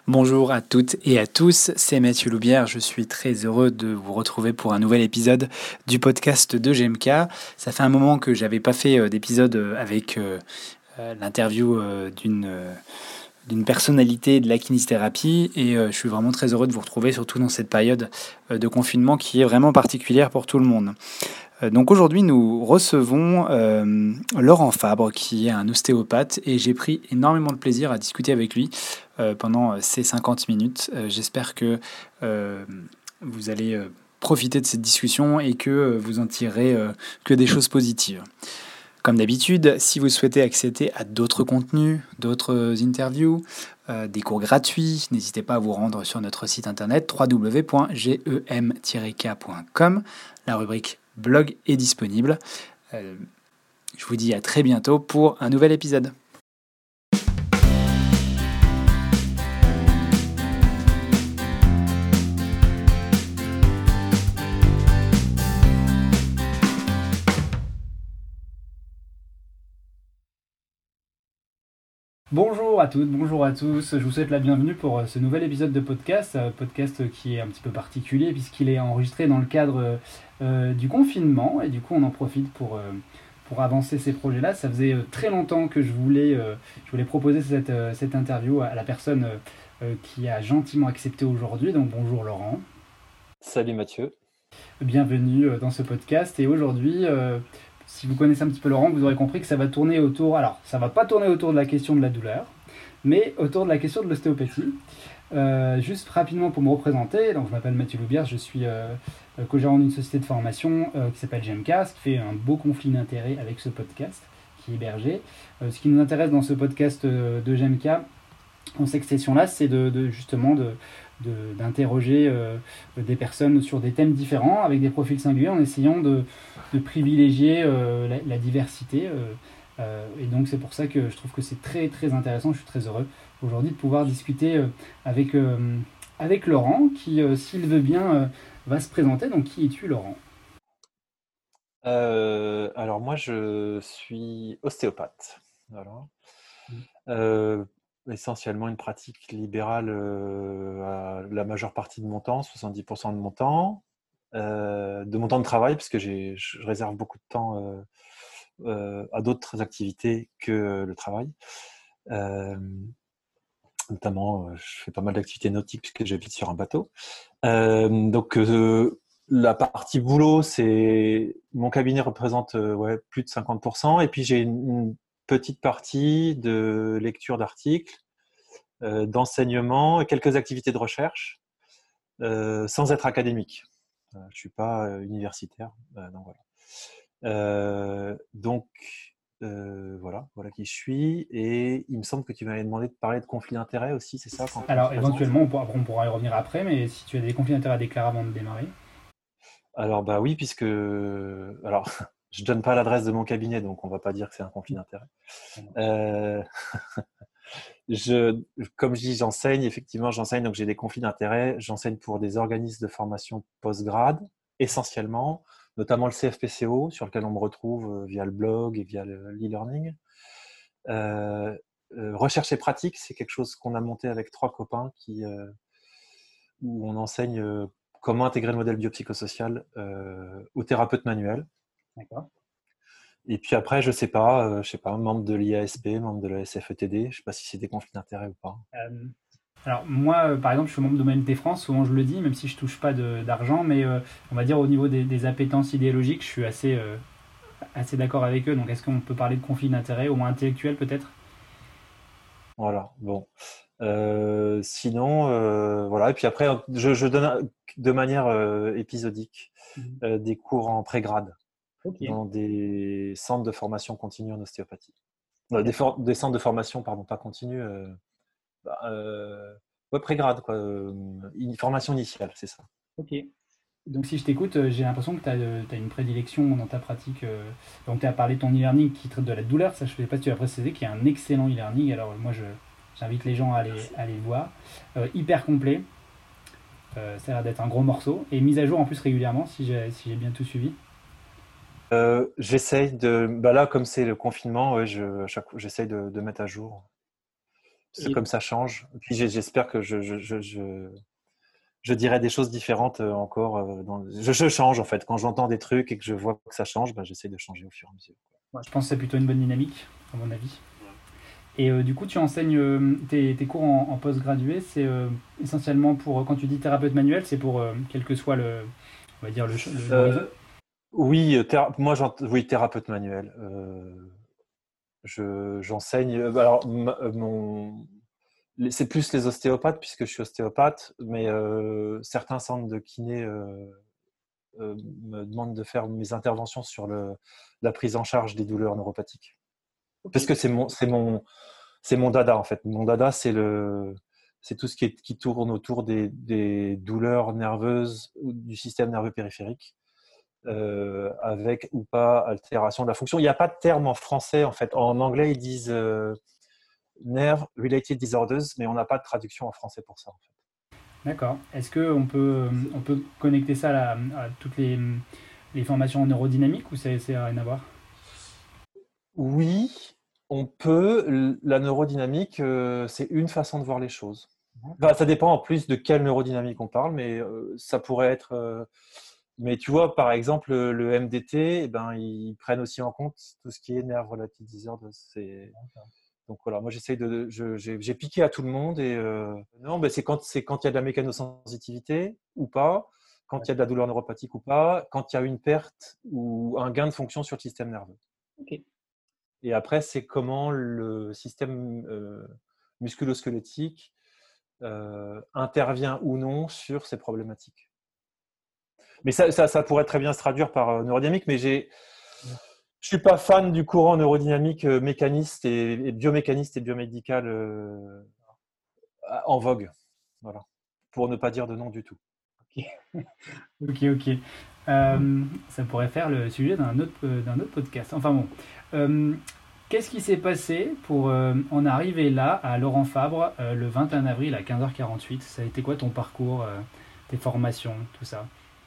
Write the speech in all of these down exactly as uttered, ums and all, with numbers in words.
Bonjour à toutes et à tous, c'est Mathieu Loubière, je suis très heureux de vous retrouver pour un nouvel épisode du podcast de G M K. Ça fait un moment que j'avais pas fait d'épisode avec euh, l'interview euh, d'une, euh, d'une personnalité de la kinésithérapie et euh, je suis vraiment très heureux de vous retrouver, surtout dans cette période euh, de confinement qui est vraiment particulière pour tout le monde. Donc aujourd'hui, nous recevons euh, Laurent Fabre, qui est un ostéopathe, et j'ai pris énormément de plaisir à discuter avec lui euh, pendant ces cinquante minutes. Euh, j'espère que euh, vous allez euh, profiter de cette discussion et que euh, vous en tirerez euh, que des choses positives. Comme d'habitude, si vous souhaitez accéder à d'autres contenus, d'autres interviews, euh, des cours gratuits, n'hésitez pas à vous rendre sur notre site internet w w w point gem tiret k point com. La rubrique blog est disponible. Euh, je vous dis à très bientôt pour un nouvel épisode. Bonjour à toutes, bonjour à tous, je vous souhaite la bienvenue pour ce nouvel épisode de podcast, podcast qui est un petit peu particulier puisqu'il est enregistré dans le cadre euh, du confinement et du coup on en profite pour, euh, pour avancer ces projets-là. Ça faisait très longtemps que je voulais, euh, je voulais proposer cette, euh, cette interview à la personne euh, qui a gentiment accepté aujourd'hui, donc bonjour Laurent. Salut Mathieu. Bienvenue dans ce podcast et aujourd'hui... Euh, Si vous connaissez un petit peu Laurent, vous aurez compris que ça va tourner autour... Alors, ça ne va pas tourner autour de la question de la douleur, mais autour de la question de l'ostéopathie. Euh, juste rapidement pour me représenter, donc je m'appelle Mathieu Loubière, je suis euh, co-gérant d'une société de formation euh, qui s'appelle G M K, ce qui fait un beau conflit d'intérêts avec ce podcast qui est hébergé. Euh, ce qui nous intéresse dans ce podcast euh, de G M K, en cette session-là, c'est de, de justement de... De, d'interroger euh, des personnes sur des thèmes différents avec des profils singuliers en essayant de, de privilégier euh, la, la diversité euh, euh, et donc c'est pour ça que je trouve que c'est très très intéressant. Je suis très heureux aujourd'hui de pouvoir discuter euh, avec, euh, avec Laurent qui euh, s'il veut bien euh, va se présenter. Donc qui es-tu Laurent? Euh, alors moi je suis ostéopathe. Voilà. Euh, essentiellement une pratique libérale euh, à la majeure partie de mon temps, soixante-dix pour cent de mon temps, euh, de mon temps de travail, parce que j'ai, je réserve beaucoup de temps euh, euh, à d'autres activités que le travail. Euh, notamment, je fais pas mal d'activités nautiques puisque j'habite sur un bateau. Euh, donc, euh, la partie boulot, c'est mon cabinet représente euh, ouais, plus de cinquante pour cent, et puis j'ai une, une petite partie de lecture d'articles, euh, d'enseignement et quelques activités de recherche, euh, sans être académique. Euh, je suis pas euh, universitaire, euh, donc voilà. Euh, donc euh, voilà, voilà qui je suis. Et il me semble que tu m'avais demandé de parler de conflits d'intérêts aussi, c'est ça quand Alors éventuellement, on pourra, on pourra y revenir après, mais si tu as des conflits d'intérêts à déclarer avant de démarrer. Alors bah oui, puisque alors je donne pas l'adresse de mon cabinet, donc on va pas dire que c'est un conflit d'intérêts. Euh... je, comme je dis, j'enseigne. Effectivement, j'enseigne, donc j'ai des conflits d'intérêts. J'enseigne pour des organismes de formation post-grade, essentiellement, notamment le C F P C O, sur lequel on me retrouve via le blog et via l'e-learning. Euh, euh, recherche et pratique, c'est quelque chose qu'on a monté avec trois copains qui, euh, où on enseigne euh, comment intégrer le modèle biopsychosocial euh, aux thérapeutes manuels. D'accord. Et puis après, je sais pas, euh, je sais pas, membre de l'I A S P, membre de la S F E T D, je sais pas si c'est des conflits d'intérêts ou pas. Euh, alors moi, euh, par exemple, je suis membre de l'O M T France, souvent je le dis, même si je touche pas de, d'argent, mais euh, on va dire au niveau des, des appétences idéologiques, je suis assez, euh, assez d'accord avec eux. Donc est-ce qu'on peut parler de conflit d'intérêts, au moins intellectuel peut-être? Voilà, bon. Euh, sinon, euh, voilà. Et puis après, je, je donne de manière euh, épisodique Mhm. euh, des cours en pré-grade Ok. dans des centres de formation continue en ostéopathie. Euh, des, for- des centres de formation, pardon, pas continue, euh, bah, euh, ouais, pré-grade, quoi. Euh, une formation initiale, c'est ça. Ok. Donc si je t'écoute, euh, j'ai l'impression que tu as une prédilection dans ta pratique. euh, Donc tu as parlé de ton e-learning qui traite de la douleur, ça je ne sais pas si tu l'as précisé, qui est un excellent e-learning. Alors moi je, j'invite les gens à aller, à aller le voir. Euh, hyper complet, euh, ça a l'air d'être un gros morceau. Et mise à jour en plus régulièrement, si j'ai si j'ai bien tout suivi. Euh, j'essaye de, bah là, comme c'est le confinement, ouais, je, à chaque fois, j'essaye de, de mettre à jour. c'est comme ça change. Et puis j'espère que je, je, je, je, je dirai des choses différentes encore. Dans... Je, je change en fait. Quand j'entends des trucs et que je vois que ça change, ben, j'essaie de changer au fur et à mesure. Ouais, je pense que c'est plutôt une bonne dynamique, à mon avis. Et euh, du coup, tu enseignes euh, tes, tes cours en, en post-gradué, c'est euh, essentiellement pour, quand tu dis thérapeute manuel, c'est pour euh, quel que soit le, on va dire, le, le, l'horizon. Euh, oui, théra- moi, oui, thérapeute manuel. Euh, je, j'enseigne. Alors, ma, mon, c'est plus les ostéopathes puisque je suis ostéopathe, mais euh, certains centres de kiné euh, euh, me demandent de faire mes interventions sur le, la prise en charge des douleurs neuropathiques. Okay. Parce que c'est mon, c'est mon, c'est mon dada en fait. Mon dada, c'est le, c'est tout ce qui, est, qui tourne autour des, des douleurs nerveuses ou du système nerveux périphérique, euh, avec ou pas altération de la fonction. Il n'y a pas de terme en français en fait. En anglais, ils disent euh, nerve related disorders, mais on n'a pas de traduction en français pour ça en fait. D'accord. Est-ce qu'on peut, on peut connecter ça à, la, à toutes les, les formations en neurodynamique ou c'est, c'est rien à voir? Oui, on peut. La neurodynamique, euh, c'est une façon de voir les choses. Enfin, ça dépend en plus de quelle neurodynamique on parle, mais euh, ça pourrait être. Euh, mais tu vois, par exemple, le, le M D T, eh ben, ils prennent aussi en compte tout ce qui est nerve related disorders. C'est... Donc voilà, moi j'essaye de, je, j'ai, j'ai piqué à tout le monde et euh, non, ben c'est quand c'est quand il y a de la mécanosensitivité ou pas, quand il y a de la douleur neuropathique ou pas, quand il y a une perte ou un gain de fonction sur le système nerveux. Okay. Et après, c'est comment le système euh, musculo-squelettique euh, intervient ou non sur ces problématiques. Mais ça, ça, ça pourrait très bien se traduire par euh, neurodynamique, mais j'ai je suis pas fan du courant neurodynamique euh, mécaniste et, et biomécaniste et biomédical euh, en vogue. Voilà. Pour ne pas dire de nom du tout. Ok, ok. ok. Euh, ça pourrait faire le sujet d'un autre, d'un autre podcast. Enfin bon. Euh, qu'est-ce qui s'est passé pour euh, en arriver là, à Laurent Fabre, euh, le vingt et un avril à quinze heures quarante-huit? Ça a été quoi ton parcours, euh, tes formations, tout ça?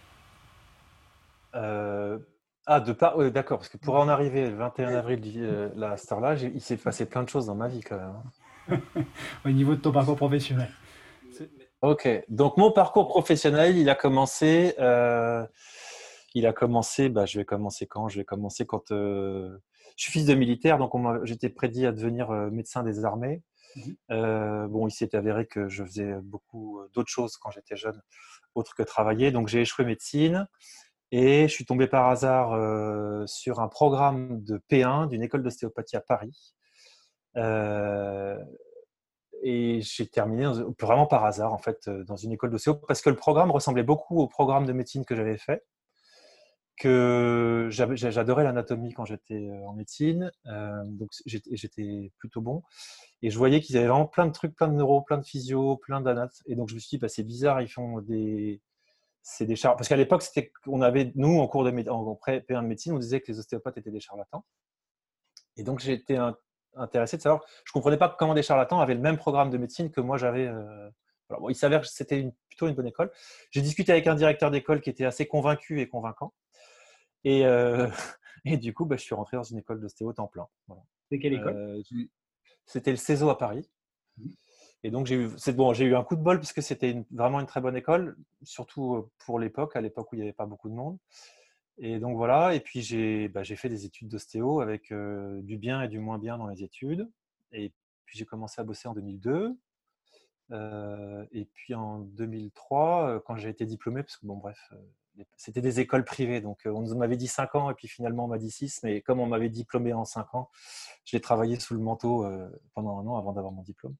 euh, Ah, de part, ouais, d'accord, parce que pour en arriver le vingt et un avril, euh, la star là, il s'est passé plein de choses dans ma vie quand même. Au niveau de ton parcours professionnel. Ok, donc mon parcours professionnel, il a commencé, euh, il a commencé, bah, je vais commencer quand? Je vais commencer quand euh, je suis fils de militaire, donc on m'a, j'étais prédit à devenir euh, médecin des armées. Mm-hmm. Euh, bon, il s'est avéré que je faisais beaucoup d'autres choses quand j'étais jeune, autre que travailler, donc j'ai échoué médecine et je suis tombé par hasard euh, sur un programme de P un d'une école d'ostéopathie à Paris. Euh, Et j'ai terminé vraiment par hasard en fait dans une école d'ostéo parce que le programme ressemblait beaucoup au programme de médecine que j'avais fait, que j'avais, j'adorais l'anatomie quand j'étais en médecine, euh, donc j'étais, j'étais plutôt bon et je voyais qu'ils avaient vraiment plein de trucs, plein de neuro, plein de physio, plein d'anat et donc je me suis dit bah, c'est bizarre, ils font des c'est des char... parce qu'à l'époque c'était on avait nous en cours de méde... en pré P un de médecine on disait que les ostéopathes étaient des charlatans et donc j'étais un intéressé de savoir. Je ne comprenais pas comment des charlatans avaient le même programme de médecine que moi j'avais. Euh... Alors, bon, il s'avère que c'était une, plutôt une bonne école. J'ai discuté avec un directeur d'école qui était assez convaincu et convaincant. Et, euh... et du coup, bah, je suis rentré dans une école d'ostéo temps plein. Voilà. C'est quelle école? euh, C'était le CESO à Paris. Et donc, j'ai eu, c'est bon, j'ai eu un coup de bol parce que c'était une, vraiment une très bonne école, surtout pour l'époque, à l'époque où il n'y avait pas beaucoup de monde. Et donc voilà, et puis j'ai, bah, j'ai fait des études d'ostéo avec euh, du bien et du moins bien dans les études. Et puis j'ai commencé à bosser en deux mille deux. Euh, et puis en deux mille trois, euh, quand j'ai été diplômé, parce que bon bref, euh, c'était des écoles privées, donc euh, on m'avait dit cinq ans et puis finalement on m'a dit six, mais comme on m'avait diplômé en cinq ans, j'ai travaillé sous le manteau euh, pendant un an avant d'avoir mon diplôme.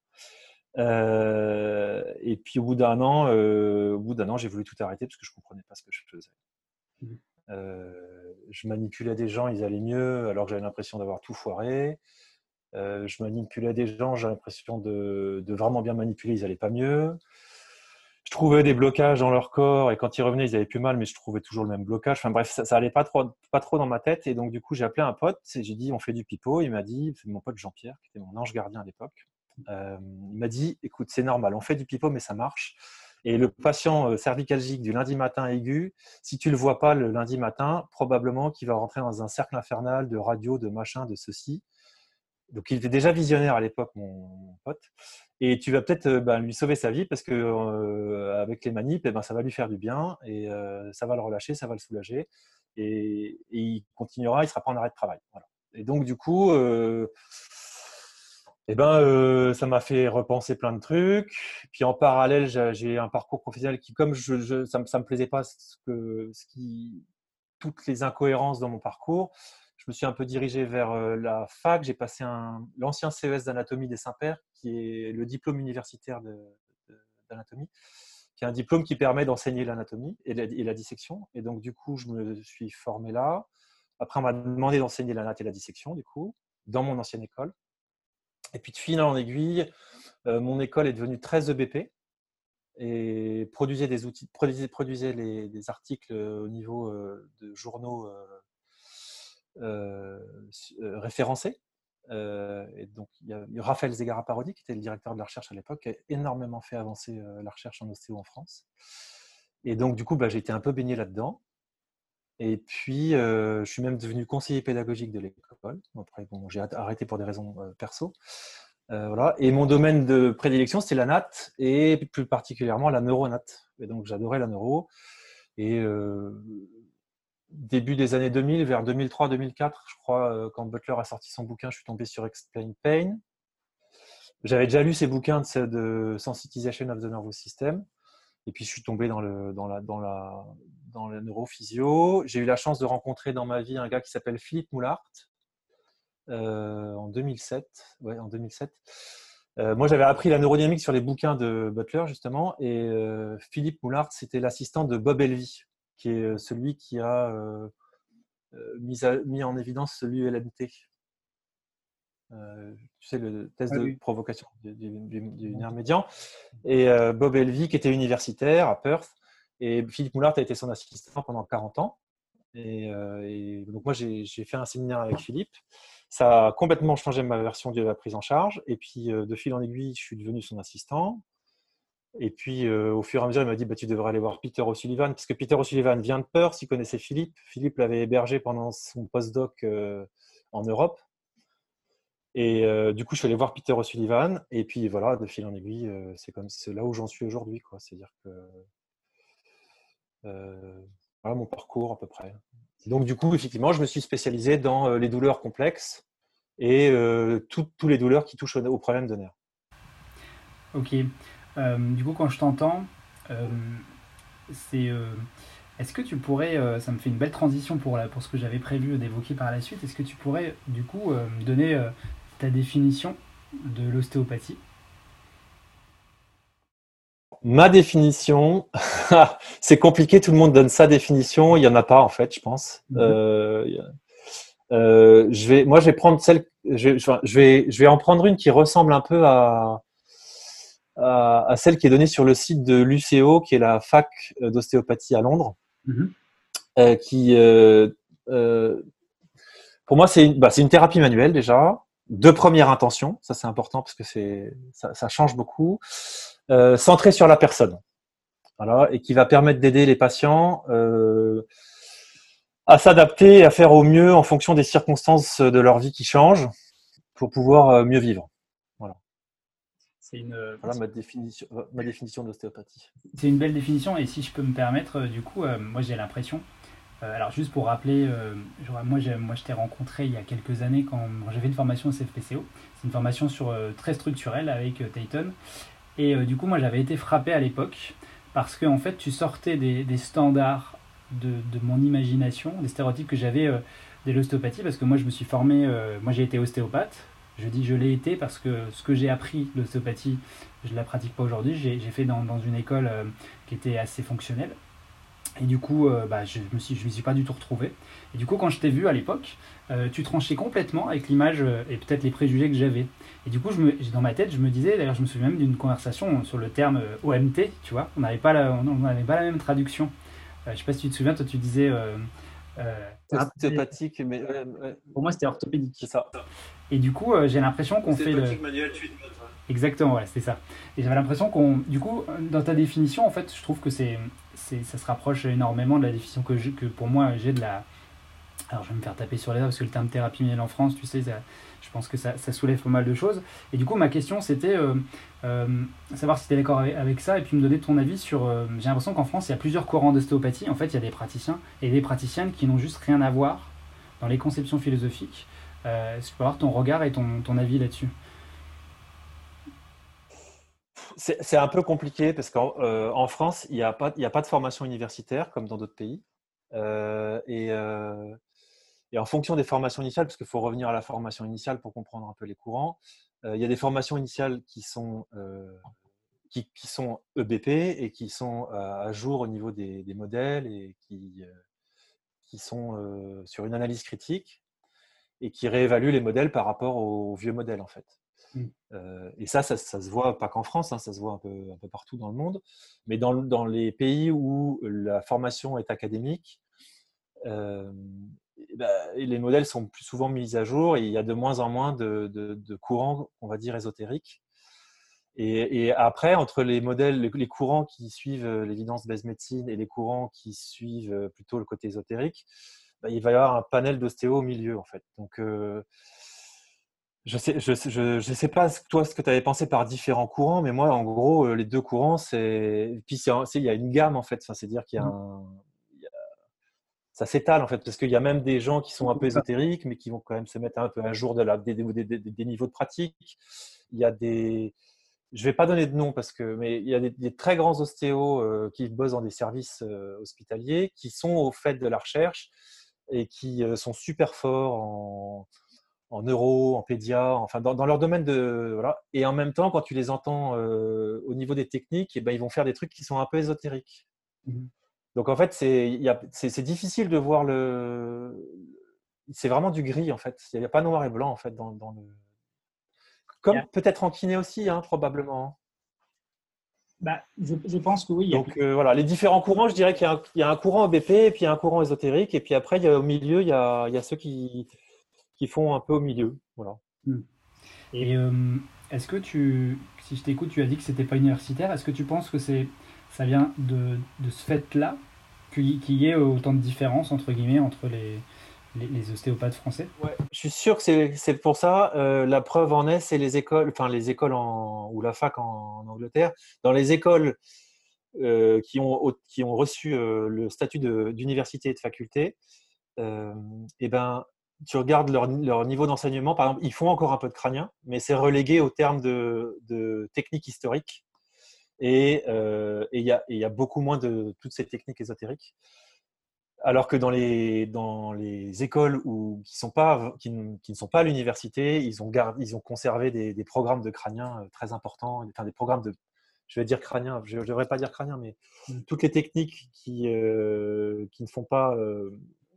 Euh, et puis au bout d'un an, euh, au bout d'un an, j'ai voulu tout arrêter parce que je comprenais pas ce que je faisais. Mmh. Euh, je manipulais des gens, ils allaient mieux, alors que j'avais l'impression d'avoir tout foiré. Euh, je manipulais des gens, j'avais l'impression de, de vraiment bien manipuler, ils allaient pas mieux. Je trouvais des blocages dans leur corps et quand ils revenaient, ils avaient plus mal, mais je trouvais toujours le même blocage. Enfin bref, ça, ça allait pas trop, pas trop dans ma tête. Et donc du coup, j'ai appelé un pote et j'ai dit, on fait du pipeau. Il m'a dit, c'est mon pote Jean-Pierre, qui était mon ange gardien à l'époque. Euh, il m'a dit, écoute, c'est normal, on fait du pipeau, mais ça marche. Et le patient cervicalgique du lundi matin aigu, si tu le vois pas le lundi matin, probablement qu'il va rentrer dans un cercle infernal de radio, de machin, de ceci. donc il était déjà visionnaire à l'époque, mon, mon pote. Et tu vas peut-être euh, ben, lui sauver sa vie parce que euh, avec les manips, eh ben, ça va lui faire du bien et euh, ça va le relâcher, ça va le soulager. Et, et il continuera, il sera pas en arrêt de travail. Voilà. Et donc du coup, euh, eh ben, euh, ça m'a fait repenser plein de trucs. Puis en parallèle, j'ai, j'ai un parcours professionnel qui, comme je, je, ça, me, ça me plaisait pas, ce que, ce qui, toutes les incohérences dans mon parcours, je me suis un peu dirigé vers euh, la fac. J'ai passé un, l'ancien C E S d'anatomie des Saints-Pères, qui est le diplôme universitaire de, de, d'anatomie, qui est un diplôme qui permet d'enseigner l'anatomie et la, et la dissection. Et donc, du coup, je me suis formé là. Après, on m'a demandé d'enseigner l'anat et la dissection, du coup, dans mon ancienne école. Et puis, de fil en aiguille, euh, mon école est devenue très E B P et produisait des outils, produisait, produisait les, des articles au niveau euh, de journaux euh, euh, référencés. Euh, et donc, il y a Raphaël Zegara-Parodi, qui était le directeur de la recherche à l'époque, qui a énormément fait avancer euh, la recherche en ostéo en France. Et donc, du coup, bah, j'ai été un peu baigné là-dedans. Et puis, euh, je suis même devenu conseiller pédagogique de l'école. Après, bon, j'ai arrêté pour des raisons euh, perso. Euh, voilà. Et mon domaine de prédilection, c'était la natte et plus particulièrement la neuronatte. Et donc, j'adorais la neuro. Et euh, début des années deux mille, vers deux mille trois deux mille quatre, je crois, euh, quand Butler a sorti son bouquin, je suis tombé sur Explain Pain. J'avais déjà lu ces bouquins de, de Sensitization of the Nervous System. Et puis, je suis tombé dans, le, dans, la, dans, la, dans la neurophysio. J'ai eu la chance de rencontrer dans ma vie un gars qui s'appelle Philippe Moulart euh, en deux mille sept. Ouais, en deux mille sept. Euh, moi, j'avais appris la neurodynamique sur les bouquins de Butler, justement. Et euh, Philippe Moulart, c'était l'assistant de Bob Elvy, qui est celui qui a euh, mis, à, mis en évidence l'U L M T. Euh, tu sais, le test ah, oui. de provocation du, du, du, du nerf médian. Et euh, Bob Elvy, qui était universitaire à Perth, et Philippe Moulart a été son assistant pendant quarante ans. Et, euh, et donc moi, j'ai, j'ai fait un séminaire avec Philippe. Ça a complètement changé ma version de la prise en charge. Et puis, euh, de fil en aiguille, je suis devenu son assistant. Et puis, euh, au fur et à mesure, il m'a dit bah, « tu devrais aller voir Peter O'Sullivan », parce que Peter O'Sullivan vient de Perth, il connaissait Philippe. Philippe l'avait hébergé pendant son postdoc euh, en Europe. Et euh, du coup, je suis allé voir Peter O'Sullivan. Et puis, voilà, de fil en aiguille, euh, c'est, comme, c'est là où j'en suis aujourd'hui, quoi. C'est-à-dire que… Euh, voilà mon parcours, à peu près. Donc, du coup, effectivement, je me suis spécialisé dans euh, les douleurs complexes et euh, tous les douleurs qui touchent au, au problème de nerfs. Ok. Euh, du coup, quand je t'entends, euh, c'est… Euh, est-ce que tu pourrais… Euh, ça me fait une belle transition pour, la, pour ce que j'avais prévu d'évoquer par la suite. Est-ce que tu pourrais, du coup, euh, me donner euh, ta définition de l'ostéopathie ? Ma définition, c'est compliqué, tout le monde donne sa définition, il n'y en a pas en fait, je pense. Mmh. Euh, euh, je vais, moi, je vais prendre celle, je, je, vais, je vais en prendre une qui ressemble un peu à, à, à celle qui est donnée sur le site de l'U C O, qui est la fac d'ostéopathie à Londres, mmh. euh, qui, euh, euh, pour moi, c'est une, bah, c'est une thérapie manuelle déjà, de première intention, ça c'est important parce que c'est, ça, ça change beaucoup. Euh, centré sur la personne, voilà, et qui va permettre d'aider les patients euh, à s'adapter, à faire au mieux en fonction des circonstances de leur vie qui changent, pour pouvoir mieux vivre. Voilà. C'est une. Voilà ma définition, ma définition d'ostéopathie. C'est une belle définition, et si je peux me permettre, du coup, euh, moi j'ai l'impression. Euh, alors juste pour rappeler, euh, genre, moi, j'ai, moi je t'ai rencontré il y a quelques années quand, quand j'avais une formation au C F P C O. C'est une formation sur euh, très structurelle avec euh, Tayton. Et euh, du coup, moi, j'avais été frappé à l'époque parce que en fait, tu sortais des, des standards de, de mon imagination, des stéréotypes que j'avais euh, de l'ostéopathie, parce que moi, je me suis formé, euh, moi, j'ai été ostéopathe. Je dis je l'ai été parce que ce que j'ai appris de l'ostéopathie, je ne la pratique pas aujourd'hui. J'ai, j'ai fait dans, dans une école euh, qui était assez fonctionnelle. Et du coup, euh, bah, je ne me suis, je m'y suis pas du tout retrouvé. Et du coup, quand je t'ai vu à l'époque, euh, tu tranchais complètement avec l'image euh, et peut-être les préjugés que j'avais. Et du coup, je me, dans ma tête, je me disais, d'ailleurs, je me souviens même d'une conversation sur le terme euh, O M T, tu vois, on n'avait pas, pas la même traduction. Euh, je ne sais pas si tu te souviens, toi, tu disais… Euh, euh, ostéopathique, mais… Euh, ouais. Pour moi, c'était orthopédique. C'est ça. Et du coup, euh, j'ai l'impression qu'on fait… Le... manuel, tu notes, hein. Exactement, ouais, c'est ça. Et j'avais l'impression qu'on… Du coup, dans ta définition, en fait, je trouve que c'est… C'est, ça se rapproche énormément de la définition que, je, que pour moi j'ai de la, Alors, je vais me faire taper sur les doigts parce que le terme thérapie manuelle en France, tu sais, ça, je pense que ça, ça soulève pas mal de choses. Et du coup, ma question, c'était euh, euh, savoir si tu es d'accord avec, avec ça et puis me donner ton avis sur. Euh, j'ai l'impression qu'en France, il y a plusieurs courants d'ostéopathie. En fait, il y a des praticiens et des praticiennes qui n'ont juste rien à voir dans les conceptions philosophiques. Euh, Est-ce que tu peux avoir ton regard et ton, ton avis là-dessus? C'est c'est un peu compliqué parce qu'en euh, en France, il n'y a pas, il y a pas de formation universitaire comme dans d'autres pays. Euh, et, euh, et en fonction des formations initiales, parce qu'il faut revenir à la formation initiale pour comprendre un peu les courants, euh, il y a des formations initiales qui sont, euh, qui, qui sont E B P et qui sont euh, à jour au niveau des, des modèles et qui, euh, qui sont euh, sur une analyse critique et qui réévaluent les modèles par rapport aux vieux modèles en fait. Mm. Euh, et ça, ça, ça se voit pas qu'en France, hein, ça se voit un peu, un peu partout dans le monde. Mais dans, dans les pays où la formation est académique, euh, et ben, et les modèles sont plus souvent mis à jour et il y a de moins en moins de, de, de courants, on va dire, ésotériques. Et, et après, entre les modèles, les, les courants qui suivent l'évidence-based médecine et les courants qui suivent plutôt le côté ésotérique, ben, il va y avoir un panel d'ostéo au milieu, en fait. Donc, euh, je sais, je, sais- je, je sais pas toi ce que tu avais pensé par différents courants, mais moi, en gros, euh, les deux courants, c'est. Puis c'est un- c'est- il y a une gamme en fait. Enfin, c'est-à-dire qu'il y a Mm. un. il y a- Ça s'étale en fait, parce qu'il y a même des gens qui sont un peu ésotériques, mais qui vont quand même se mettre un peu à jour de la, des, des, des- des niveaux de pratique. Il y a des. Je vais pas donner de nom parce que, mais il y a des, des très grands ostéos euh, qui bossent dans des services euh, hospitaliers, qui sont au fait de la recherche et qui euh, sont super forts en en neuro, en pédia, enfin dans, dans leur domaine de voilà. Et en même temps, quand tu les entends euh, au niveau des techniques, eh ben, ils vont faire des trucs qui sont un peu ésotériques. Mm. Donc en fait, c'est il y a- c'est c'est difficile de voir le. C'est vraiment du gris en fait. Il n'y a pas noir et blanc en fait dans, dans le. Yeah. Comme peut-être en kiné aussi, hein, probablement. Bah, je, je pense que oui, il y a Donc euh, voilà, les différents courants, je dirais qu'il y a un, il y a un courant O B P et puis il y a un courant ésotérique et puis après il y a, au milieu il y a, il y a ceux qui, qui font un peu au milieu. Voilà. Mm. Et euh, est-ce que tu, si je t'écoute, tu as dit que c'était pas universitaire. Est-ce que tu penses que c'est, ça vient de, de ce fait-là qu'il y, qu'il y ait autant de différences entre guillemets entre les, les, les ostéopathes français? Ouais, je suis sûr que c'est c'est pour ça. Euh, la preuve en est, c'est les écoles, enfin les écoles en, ou la fac en, en Angleterre. Dans les écoles euh, qui, ont, qui ont reçu euh, le statut de- d'université et de faculté, euh, et ben, tu regardes leur, leur niveau d'enseignement. Par exemple, ils font encore un peu de crânien, mais c'est relégué au terme de, de techniques historiques. Et euh, et il y, a, et il y a beaucoup moins de toutes ces techniques ésotériques. Alors que dans les, dans les écoles où, qui, sont pas, qui, ne, qui ne sont pas à l'université, ils ont, gardé, ils ont conservé des, des programmes de crânien euh, très importants, enfin des programmes de, je vais dire crânien, je ne devrais pas dire crânien, mais Mm. toutes les techniques qui, euh, qui ne font pas, euh,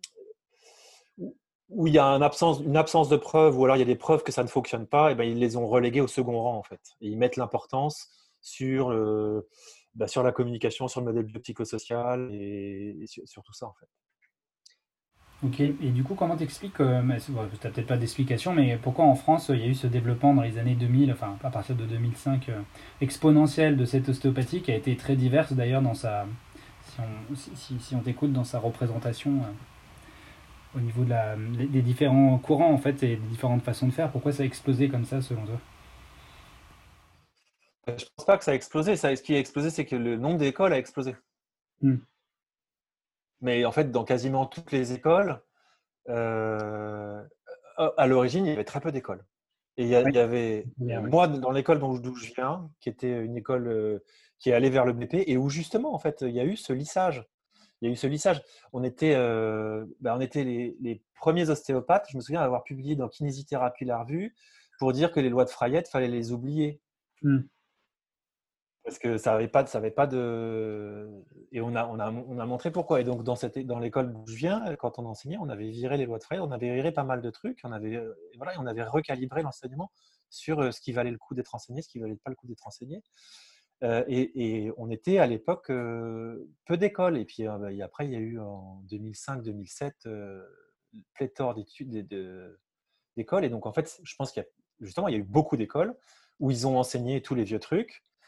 où il y a une absence, une absence de preuves, ou alors il y a des preuves que ça ne fonctionne pas, et ben ils les ont reléguées au second rang en fait. Et ils mettent l'importance sur, euh, bah, sur la communication, sur le modèle biopsychosocial et, et sur, sur tout ça en fait. Ok, et du coup, comment t'expliques, euh, mais c'est- bon, t'as peut-être pas d'explication, mais pourquoi en France il y a eu ce développement dans les années deux mille, enfin à partir de deux mille cinq, euh, exponentiel de cette ostéopathie qui a été très diverse d'ailleurs dans sa, si on, si, si- si on t'écoute dans sa représentation euh, au niveau de la, des différents courants en fait et des différentes façons de faire, pourquoi ça a explosé comme ça selon toi? Euh, Je pense pas que ça a explosé. Ça, ce qui a explosé, c'est que le nombre d'écoles a explosé. Hmm. Mais en fait, dans quasiment toutes les écoles, euh, à l'origine, il y avait très peu d'écoles. Et il y, a- il Ouais, y avait, bien, euh, ouais. moi, dans l'école d'où d'où je viens, qui était une école euh, qui est allée vers le B P, et où justement, en fait, il y a eu ce lissage. Il y a eu ce lissage. On était, euh, ben, on était les, les premiers ostéopathes. Je me souviens avoir publié dans Kinésithérapie la revue pour dire que les lois de Frayette, fallait les oublier. Hmm. Parce que ça n'avait pas, ça avait pas de. Et on a, on, a, on a montré pourquoi. Et donc, dans, cette, dans l'école d'où je viens, quand on enseignait, on avait viré les lois de Freyre, on avait viré pas mal de trucs, on avait, euh, et voilà, on avait recalibré l'enseignement sur euh, ce qui valait le coup d'être enseigné, ce qui valait pas le coup d'être enseigné. Euh, et, et on était à l'époque euh, peu d'écoles. Et puis euh, et après, il y a eu en deux mille cinq deux mille sept euh, pléthore d'études et de- d'écoles. Et donc, en fait, je pense qu'il y a justement, il y a eu beaucoup d'écoles où ils ont enseigné tous les vieux trucs.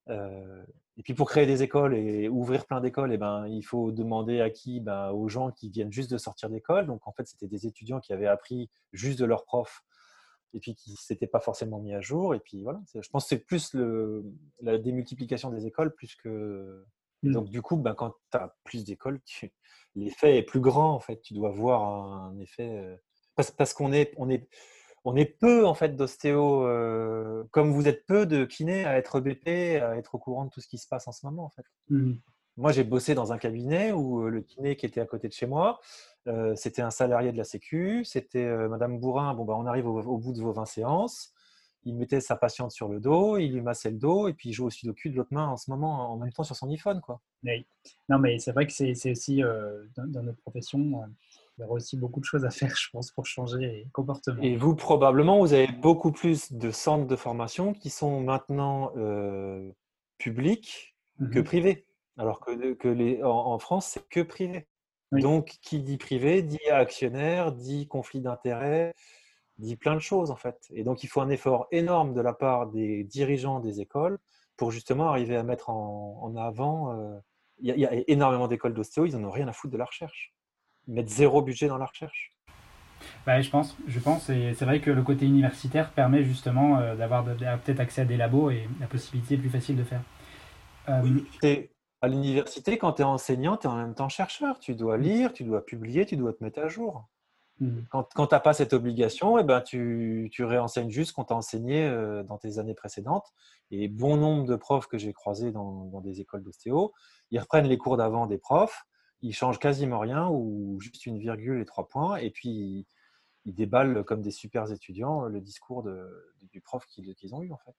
Euh, et puis pour créer des écoles et ouvrir plein d'écoles, eh ben, il faut demander à qui? Ben, aux gens qui viennent juste de sortir d'école. Donc en fait, c'était des étudiants qui avaient appris juste de leurs profs et puis qui ne s'étaient pas forcément mis à jour. Et puis voilà, je pense que c'est plus le, la démultiplication des écoles plus que… Et donc du coup, ben, quand tu as plus d'écoles, tu… l'effet est plus grand en fait. Tu dois voir un effet… Parce, parce qu'on est… On est on est peu en fait d'ostéo, euh, comme vous êtes peu de kinés à être B P, à être au courant de tout ce qui se passe en ce moment en fait. Mmh. Moi, j'ai bossé dans un cabinet où le kiné qui était à côté de chez moi, euh, c'était un salarié de la Sécu, c'était euh, Madame Bourrin. Bon, bah, on arrive au, au bout de vos vingt séances. Il mettait sa patiente sur le dos, il lui massait le dos et puis il joue au sudoku de l'autre main en ce moment en même temps sur son iPhone, quoi. Oui. Non, mais c'est vrai que c'est, c'est aussi euh, dans, dans notre profession, euh, il y aura aussi beaucoup de choses à faire, je pense, pour changer les comportements. Et vous, probablement, vous avez beaucoup plus de centres de formation qui sont maintenant euh, publics que Mhm. privés. Alors que, que les, en, en France, c'est que privé. Oui. Donc, qui dit privé, dit actionnaire, dit conflit d'intérêts, dit plein de choses, en fait. Et donc, il faut un effort énorme de la part des dirigeants des écoles pour justement arriver à mettre en, en avant… euh, Il y, a- il y a énormément d'écoles d'ostéo, ils n'en ont rien à foutre de la recherche. Ils mettent zéro budget dans la recherche. Bah, je pense, je pense, et c'est vrai que le côté universitaire permet justement euh, d'avoir de- d'avoir peut-être accès à des labos et la possibilité est plus facile de faire. Euh, Oui, t'es à l'université, quand tu es enseignant, tu es en même temps chercheur. Tu dois lire, tu dois publier, tu dois te mettre à jour. mm, Quand, quand tu n'as pas cette obligation, eh ben, tu, tu réenseignes juste ce qu'on t'a enseigné euh, dans tes années précédentes. Et bon nombre de profs que j'ai croisés dans, dans des écoles d'ostéo, ils reprennent les cours d'avant des profs, ils changent quasiment rien ou juste une virgule et trois points. Et puis, ils, ils déballent comme des super étudiants le discours de, du prof qu'ils qu'ils ont eu, en fait.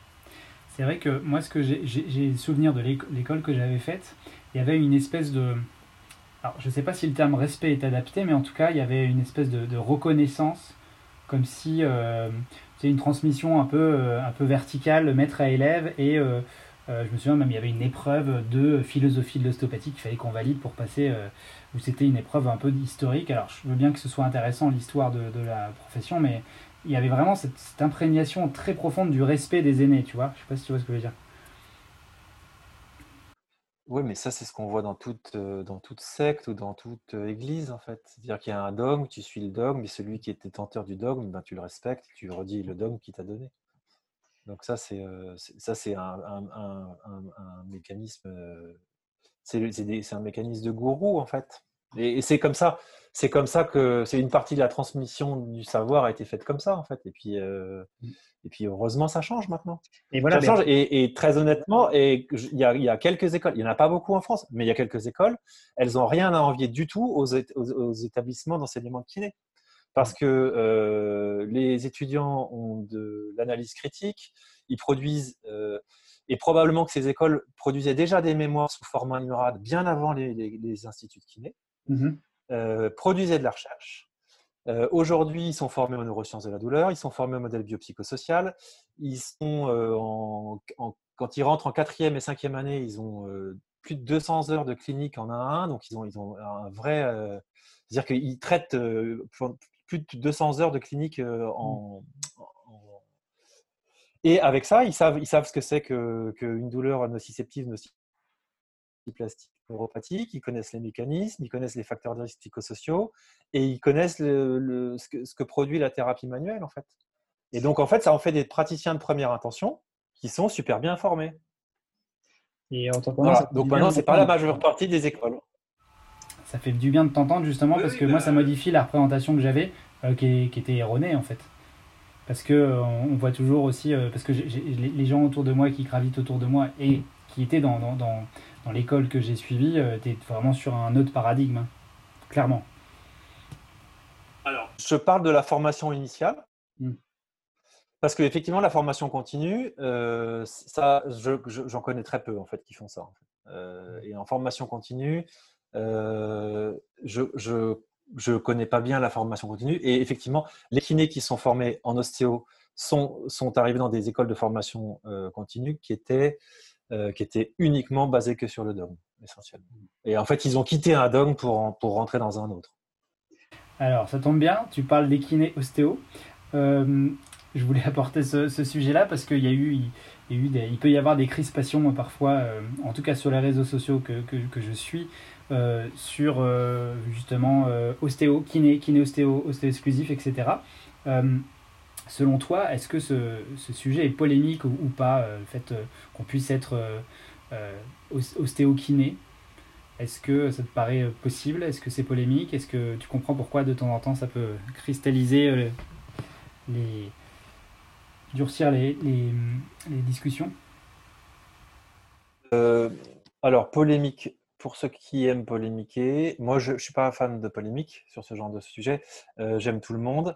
c'est vrai que moi, ce que j'ai, j'ai, j'ai souvenir de l'éco- l'école que j'avais faite, il y avait une espèce de… Alors, je ne sais pas si le terme respect est adapté, mais en tout cas, il y avait une espèce de, de reconnaissance, comme si euh, c'est une transmission un peu, euh, un peu verticale, maître à élève, et euh, euh, je me souviens même, il y avait une épreuve de philosophie de l'ostéopathie qu'il fallait qu'on valide pour passer, euh, où c'était une épreuve un peu historique. Alors, je veux bien que ce soit intéressant, l'histoire de, de la profession, mais il y avait vraiment cette, cette imprégnation très profonde du respect des aînés, tu vois. Je sais pas si tu vois ce que je veux dire. Oui, mais ça, c'est ce qu'on voit dans toute, euh, dans toute secte ou dans toute euh, église, en fait. C'est-à-dire qu'il y a un dogme, tu suis le dogme, et celui qui est détenteur du dogme, ben, tu le respectes, tu redis le dogme qu'il t'a donné. Donc ça, c'est euh, c'est- ça, c'est un, un- un- un- un mécanisme, euh, c'est c'est des- c'est un mécanisme de gourou, en fait. Et, et c'est comme ça, c'est comme ça que c'est une partie de la transmission du savoir a été faite comme ça, en fait. Et puis, euh, et puis heureusement, ça change maintenant. Et voilà, Ça mais change et, et très honnêtement, et je- il y, a, il y a quelques écoles, il n'y en a pas beaucoup en France, mais il y a quelques écoles, elles n'ont rien à envier du tout aux, é- aux- aux établissements d'enseignement de kiné. Parce que euh, les étudiants ont de l'analyse critique, ils produisent, euh, et probablement que ces écoles produisaient déjà des mémoires sous format INRAD bien avant les, les- les instituts de kiné, Mhm. euh, produisaient de la recherche. Euh, Aujourd'hui, ils sont formés aux neurosciences de la douleur, ils sont formés au modèle biopsychosocial, ils sont euh, en, en- quand ils rentrent en quatrième et cinquième année, ils ont euh, plus de deux cents heures de clinique en un à un, donc ils ont, ils ont un vrai, euh, c'est-à-dire qu'ils traitent euh, plus de deux cents heures de clinique euh, en, en- et avec ça, ils savent, ils savent ce que c'est que, qu'une douleur nociceptive, plastique neuropathique, ils connaissent les mécanismes, ils connaissent les facteurs de risque psychosociaux et ils connaissent le, le, ce, que, ce que produit la thérapie manuelle en fait. Et donc en fait, ça en fait des praticiens de première intention qui sont super bien formés. Et en t'entendant, ça Voilà. fait du Donc bien maintenant, de c'est pas la m'entendre. majeure partie des écoles. Ça fait du bien de t'entendre justement Oui, parce oui, que moi, ça bah, modifie la représentation que j'avais, euh, qui, est- qui était erronée en fait. Parce que euh, on voit toujours aussi, euh, parce que j'ai- j'ai- les les gens autour de moi qui gravitent autour de moi et qui étaient dans, dans, dans, dans l'école que j'ai suivie, euh, étaient vraiment sur un autre paradigme, hein, clairement. alors, je parle de la formation initiale. Mm. Parce qu'effectivement, la formation continue, euh, ça, je, je, j'en connais très peu en fait qui font ça. En fait. Euh, et en formation continue, euh, je, je, je connais pas bien la formation continue. Et effectivement, les kinés qui sont formés en ostéo sont, sont arrivés dans des écoles de formation euh, continue qui étaient, euh, qui étaient uniquement basées que sur le dogme, essentiellement. Et en fait, ils ont quitté un dogme pour, pour rentrer dans un autre. Alors, ça tombe bien, tu parles des kinés ostéo. Euh, je voulais apporter ce, ce sujet-là parce qu'il y a eu, il, y a eu des, il peut y avoir des crispations parfois, euh, en tout cas sur les réseaux sociaux que, que, que je suis, euh, sur euh, justement euh, ostéo, kiné, kiné ostéo, ostéo exclusif, et cetera. Euh, selon toi, est-ce que ce, ce sujet est polémique ou, ou pas, euh, le fait euh, qu'on puisse être euh, euh, ostéo-kiné? Est-ce que ça te paraît possible? Est-ce que c'est polémique? Est-ce que tu comprends pourquoi de temps en temps ça peut cristalliser euh, les, durcir les, les, les discussions? Euh, alors, polémique, pour ceux qui aiment polémiquer, moi je ne suis pas fan de polémique sur ce genre de sujet. Euh, j'aime tout le monde.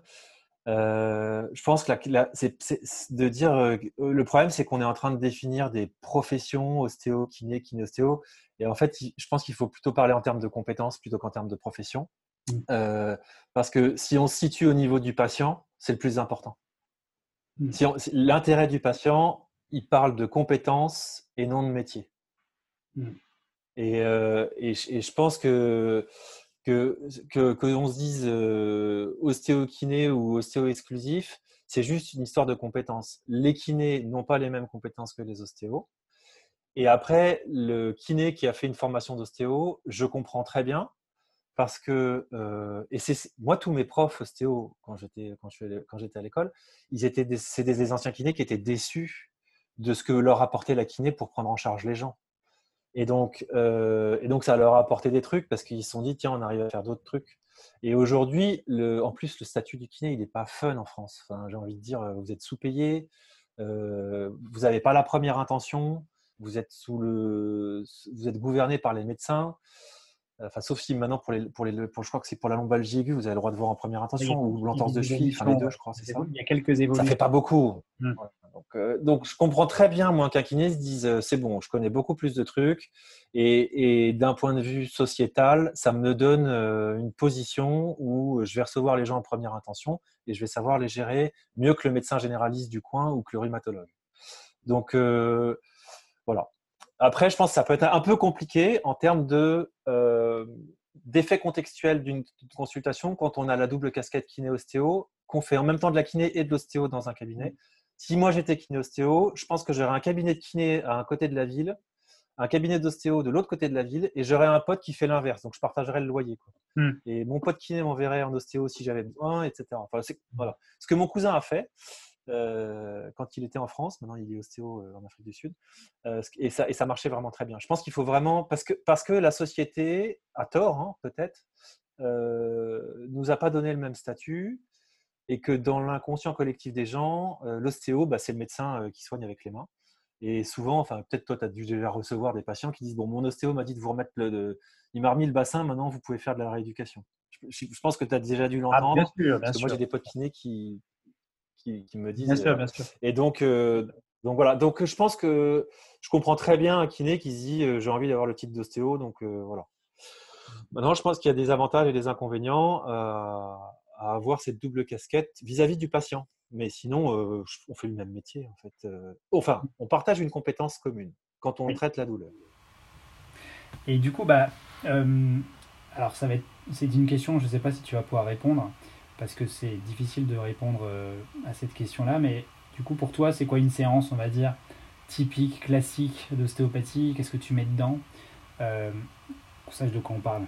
Euh, je pense que la, la- c'est, c'est- c'est de dire euh, le problème, c'est qu'on est en train de définir des professions, ostéo, kiné, kiné-ostéo. Et en fait, il- je pense qu'il faut plutôt parler en termes de compétences plutôt qu'en termes de profession. Mm. Euh, parce que si on se situe au niveau du patient, c'est le plus important. Mm. Si on- si- l'intérêt du patient, il parle de compétences et non de métier. Mm. Et, euh, et, je- et je pense que que que qu'on se dise euh, ostéo-kiné ou ostéo-exclusif, c'est juste une histoire de compétences. Les kinés n'ont pas les mêmes compétences que les ostéos. Et après, le kiné qui a fait une formation d'ostéo, je comprends très bien parce que euh, et c'est moi tous mes profs ostéo quand j'étais quand je suis allé- quand j'étais à l'école, ils étaient des, c'est des, des anciens kinés qui étaient déçus de ce que leur apportait la kiné pour prendre en charge les gens. Et donc, euh, et donc, ça leur a apporté des trucs parce qu'ils se sont dit, tiens, on arrive à faire d'autres trucs. Et aujourd'hui, le, en plus, le statut du kiné, il n'est pas fun en France. Enfin, j'ai envie de dire, vous êtes sous-payé, euh, vous n'avez pas la première intention, vous êtes, sous le, vous êtes gouverné par les médecins. Enfin, sauf si maintenant, pour les, pour les, pour, je crois que c'est pour la lombalgie aiguë, vous avez le droit de voir en première Il y a, intention ou il y a l'entorse de des cheville, enfin les évolutions, deux, ouais. je crois, c'est Il y a ça. il y a quelques Ça fait évolutions. pas beaucoup. Mm. Voilà. Donc, euh, donc, je comprends très bien, moi, qu'un kiné se dise euh, c'est bon, je connais beaucoup plus de trucs. Et, et d'un point de vue sociétal, ça me donne euh, une position où je vais recevoir les gens en première intention et je vais savoir les gérer mieux que le médecin généraliste du coin ou que le rhumatologue. Donc, euh, voilà. Après, je pense que ça peut être un peu compliqué en termes de, euh, d'effet contextuel d'une consultation quand on a la double casquette kiné-ostéo, qu'on fait en même temps de la kiné et de l'ostéo dans un cabinet. Si moi j'étais kiné-ostéo, je pense que j'aurais un cabinet de kiné à un côté de la ville, un cabinet d'ostéo de l'autre côté de la ville, et j'aurais un pote qui fait l'inverse. Donc je partagerais le loyer, quoi. Mm. Et mon pote kiné m'enverrait en ostéo si j'avais besoin, et cetera. Enfin, c'est, voilà. Ce que mon cousin a fait euh, quand il était en France, maintenant il est ostéo euh, en Afrique du Sud, euh, et, ça, et ça marchait vraiment très bien. Je pense qu'il faut vraiment, parce que, parce que la société, à tort hein, peut-être, euh, nous a pas donné le même statut, et que dans l'inconscient collectif des gens, euh, l'ostéo, bah, c'est le médecin euh, qui soigne avec les mains. Et souvent, enfin, peut-être toi, tu as dû déjà recevoir des patients qui disent, bon, mon ostéo m'a dit de vous remettre le, de... il m'a remis le bassin, maintenant vous pouvez faire de la rééducation. Je, je pense que tu as déjà dû Ah, bien l'entendre, sûr, parce bien que moi j'ai sûr. des potes kinés qui, qui, qui me Bien disent, euh, sûr, voilà. bien sûr. Et donc, euh, donc voilà, donc je pense que je comprends très bien un kiné qui se dit, euh, j'ai envie d'avoir le titre d'ostéo, donc euh, voilà. Maintenant, je pense qu'il y a des avantages et des inconvénients euh, à avoir cette double casquette vis-à-vis du patient. Mais sinon, euh, on fait le même métier en fait. Euh, enfin, on partage une compétence commune quand on Oui. traite la douleur. Et du coup, bah, euh, alors ça va être, c'est une question, je ne sais pas si tu vas pouvoir répondre, parce que c'est difficile de répondre euh, à cette question-là, mais du coup, pour toi, c'est quoi une séance, on va dire, typique, classique d'ostéopathie? Qu'est-ce que tu mets dedans euh, qu'on sache de quoi on parle?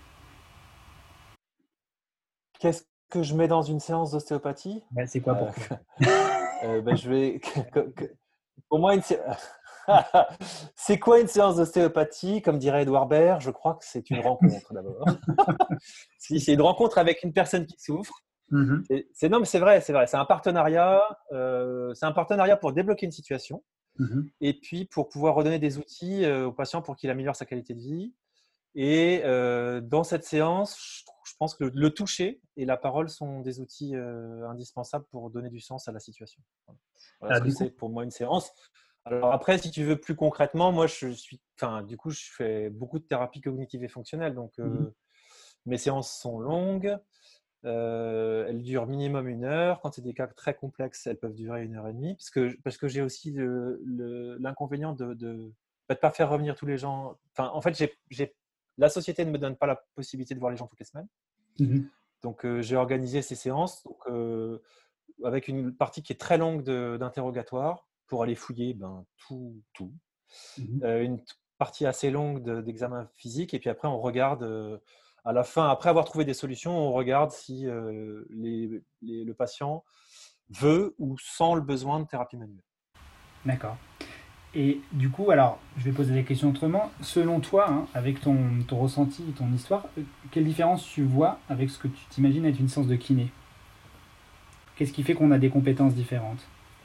Qu'est-ce que je mets dans une séance d'ostéopathie? Bah, c'est quoi euh, pour toi? euh, ben, je vais. Pour moi, une sé- c'est quoi une séance d'ostéopathie? Comme dirait Edouard Baird, je crois que c'est une rencontre d'abord. Si c'est une rencontre avec une personne qui souffre. Mhm. C'est, c'est- non, mais c'est vrai, c'est vrai. C'est un partenariat. Euh, c'est un partenariat pour débloquer une situation Mhm. et puis pour pouvoir redonner des outils euh, au patient pour qu'il améliore sa qualité de vie. Et euh, dans cette séance, je, trou- je pense que le, le toucher et la parole sont des outils euh, indispensables pour donner du sens à la situation. Voilà, voilà Ah, ce que du c'est coup, pour moi une séance. Alors après, si tu veux plus concrètement, moi je suis, enfin, du coup, je fais beaucoup de thérapie cognitive et fonctionnelle, donc mhm. euh, mes séances sont longues. Euh, elles durent minimum une heure. Quand c'est des cas très complexes, elles peuvent durer une heure et demie. Parce que, parce que j'ai aussi le, le, l'inconvénient de ne pas faire revenir tous les gens. Enfin, en fait, j'ai, j'ai, la société ne me donne pas la possibilité de voir les gens toutes les semaines. Mhm. Donc, euh, j'ai organisé ces séances donc, euh, avec une partie qui est très longue de, d'interrogatoire pour aller fouiller ben, tout. tout. Mhm. Euh, une partie assez longue de, d'examen physique, et puis après, on regarde, euh, à la fin, après avoir trouvé des solutions, on regarde si euh, les, les, le patient veut ou sent le besoin de thérapie manuelle. D'accord. Et du coup, alors, je vais poser la question autrement. Selon toi, hein, avec ton, ton ressenti, ton histoire, euh, quelle différence tu vois avec ce que tu t'imagines être une séance de kiné? Qu'est-ce qui fait qu'on a des compétences différentes?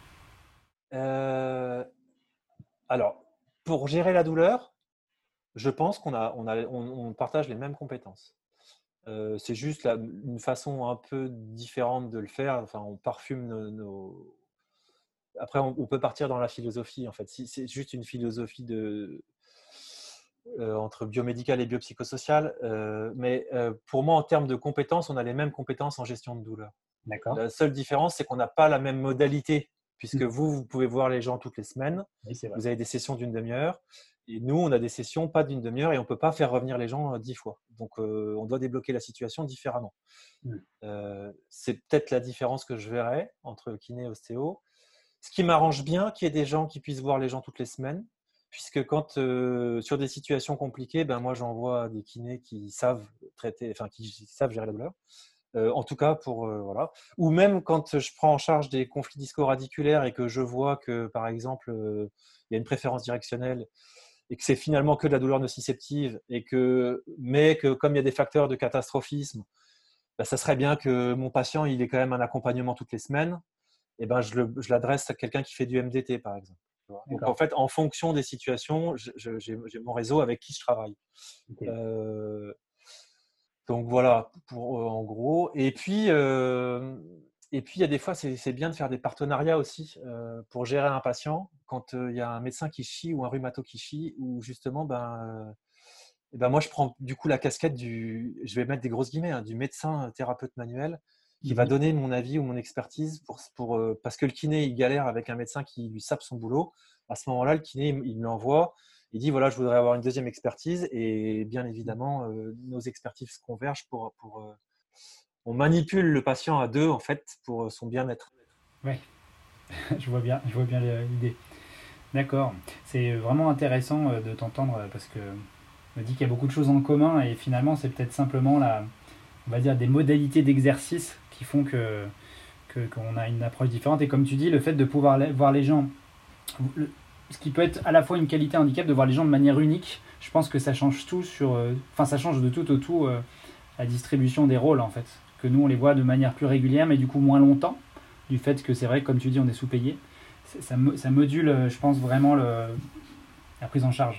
Euh, alors, pour gérer la douleur, je pense qu'on a, on a, on, on partage les mêmes compétences. Euh, c'est juste la, une façon un peu différente de le faire. Enfin, on parfume nos. nos... Après, on, on peut partir dans la philosophie. En fait, si, c'est juste une philosophie de, euh, entre biomédical et biopsychosocial. Euh, mais euh, pour moi, en termes de compétences, on a les mêmes compétences en gestion de douleur. D'accord. La seule différence, c'est qu'on n'a pas la même modalité, puisque Mhm. vous, vous pouvez voir les gens toutes les semaines. Oui, c'est vrai. Vous avez des sessions d'une demi-heure. Et nous, on a des sessions pas d'une demi-heure et on ne peut pas faire revenir les gens dix fois. Donc, euh, on doit débloquer la situation différemment. Mhm. Euh, c'est peut-être la différence que je verrais entre kiné et ostéo. Ce qui m'arrange bien, qu'il y ait des gens qui puissent voir les gens toutes les semaines, puisque quand euh, sur des situations compliquées, ben moi j'envoie des kinés qui savent traiter, enfin qui savent gérer la douleur. Euh, en tout cas pour euh, voilà. Ou même quand je prends en charge des conflits disco-radiculaires et que je vois que par exemple euh, il y a une préférence directionnelle et que c'est finalement que de la douleur nociceptive et que mais que comme il y a des facteurs de catastrophisme, ben, ça serait bien que mon patient il ait quand même un accompagnement toutes les semaines. Et ben je, le, je l'adresse à quelqu'un qui fait du M D T par exemple. Donc en fait, en fonction des situations, je, je, j'ai, j'ai mon réseau avec qui je travaille. Okay. Euh, donc voilà, pour, euh, en gros. Et puis, euh, et puis il y a des fois, c'est, c'est bien de faire des partenariats aussi euh, pour gérer un patient quand il euh, y a un médecin qui chie ou un rhumato qui chie, ou justement, ben, euh, et ben moi je prends du coup la casquette du, je vais mettre des grosses guillemets, hein, du médecin thérapeute manuel qui Mhm. va donner mon avis ou mon expertise pour, pour, euh, parce que le kiné il galère avec un médecin qui lui sape son boulot. À ce moment-là, le kiné il me l'envoie, il dit voilà, je voudrais avoir une deuxième expertise, et bien évidemment euh, nos expertises convergent pour, pour euh, on manipule le patient à deux en fait pour son bien-être. Ouais, je vois bien, je vois bien l'idée. D'accord. C'est vraiment intéressant euh, de t'entendre euh, parce que je me dis qu'il y a beaucoup de choses en commun et finalement c'est peut-être simplement la, on va dire des modalités d'exercice qui font que, que qu'on a une approche différente. Et comme tu dis, le fait de pouvoir les- voir les gens, le- ce qui peut être à la fois une qualité, un handicap, de voir les gens de manière unique, je pense que ça change tout sur, euh, enfin ça change de tout au tout euh, la distribution des rôles en fait. Que nous on les voit de manière plus régulière, mais du coup moins longtemps, du fait que c'est vrai que comme tu dis on est sous-payé, C'est- ça, me- ça module, euh, je pense vraiment le, la prise en charge.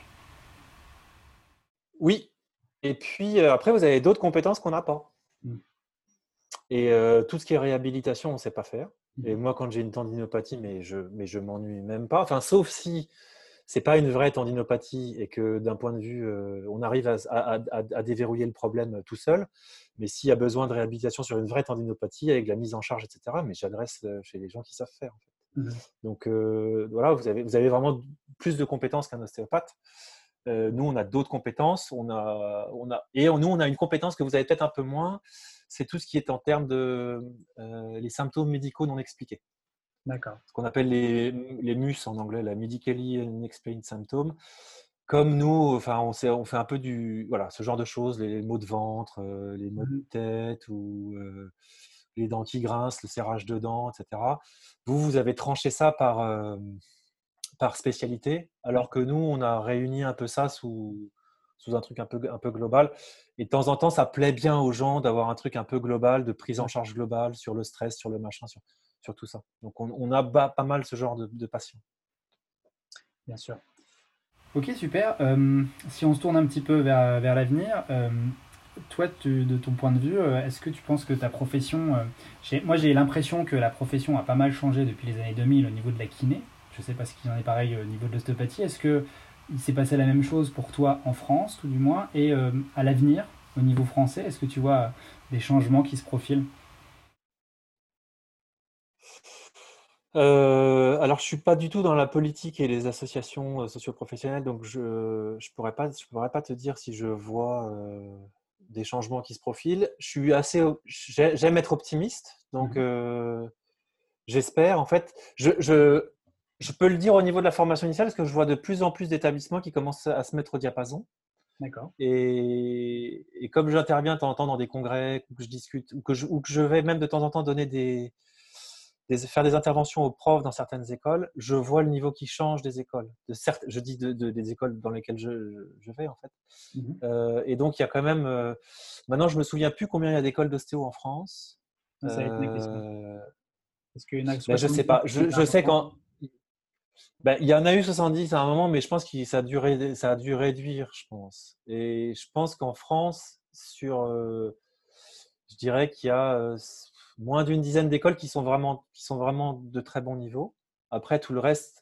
Oui. Et puis euh, après, vous avez d'autres compétences qu'on n'a pas. Mm. Et euh, tout ce qui est réhabilitation, on ne sait pas faire. Mm. Et moi, quand j'ai une tendinopathie, mais je, mais je m'ennuie même pas. Enfin, sauf si c'est pas une vraie tendinopathie et que d'un point de vue, euh, on arrive à, à, à, à déverrouiller le problème tout seul. Mais s'il y a besoin de réhabilitation sur une vraie tendinopathie avec la mise en charge, et cetera, mais j'adresse chez les gens qui savent faire. En fait. Mm. Donc euh, voilà, vous avez, vous avez vraiment plus de compétences qu'un ostéopathe. Euh, nous, on a d'autres compétences. On a, on a, et nous, on a une compétence que vous avez peut-être un peu moins. C'est tout ce qui est en termes de euh, les symptômes médicaux non expliqués. D'accord. Ce qu'on appelle les, les M U S en anglais, la Medically Unexplained Symptoms. Comme nous, enfin, on, sait, on fait un peu du, voilà, ce genre de choses, les maux de ventre, euh, les maux de Mm. tête ou euh, les dents qui grincent, le serrage de dents, et cetera. Vous, vous avez tranché ça par, euh, par spécialité, Ouais. alors que nous, on a réuni un peu ça sous, sous un truc un peu, un peu global. Et de temps en temps, ça plaît bien aux gens d'avoir un truc un peu global, de prise en Ouais, charge globale sur le stress, sur le machin, sur, sur tout ça. Donc, on, on a ba- pas mal ce genre de, de patients. bien sûr. Ok, super. Euh, si on se tourne un petit peu vers, vers l'avenir, euh, toi, tu- de ton point de vue, euh, est-ce que tu penses que ta profession... euh, j'ai- moi, j'ai l'impression que la profession a pas mal changé depuis les années deux mille au niveau de la kiné. Je ne sais pas ce qu'il en est pareil au niveau de l'ostéopathie. Est-ce qu'il s'est passé la même chose pour toi en France, tout du moins, et euh, à l'avenir, au niveau français, est-ce que tu vois euh, des changements qui se profilent? Euh, alors, je suis pas du tout dans la politique et les associations euh, socio-professionnelles, donc je je pourrais pas je pourrais pas te dire si je vois euh, des changements qui se profilent. Je suis assez op- j'ai- j'aime être optimiste, donc Mhm. euh, j'espère. En fait, je, je Je peux le dire au niveau de la formation initiale, parce que je vois de plus en plus d'établissements qui commencent à se mettre au diapason. D'accord. Et, et comme j'interviens de temps en temps dans des congrès, ou que je discute, ou que je, ou que je vais même de temps en temps donner des, des, faire des interventions aux profs dans certaines écoles, je vois le niveau qui change des écoles. De certes, je dis de, de, des écoles dans lesquelles je, je vais, en fait. Mhm. Euh, et donc, il y a quand même… Euh, maintenant, je ne me souviens plus combien il y a d'écoles d'ostéo en France. Ça va être ma question. Euh, Est-ce qu'il y en a ben, je ne sais pas. soixante-dix qui Je, étaient je sais importants? qu'en… Ben, il y en a eu soixante-dix à un moment, mais je pense que ça a dû, ré- ça a dû réduire, je pense. Et je pense qu'en France, sur, euh, je dirais qu'il y a euh, moins d'une dizaine d'écoles qui sont vraiment, qui sont vraiment de très bon niveau. Après, tout le reste,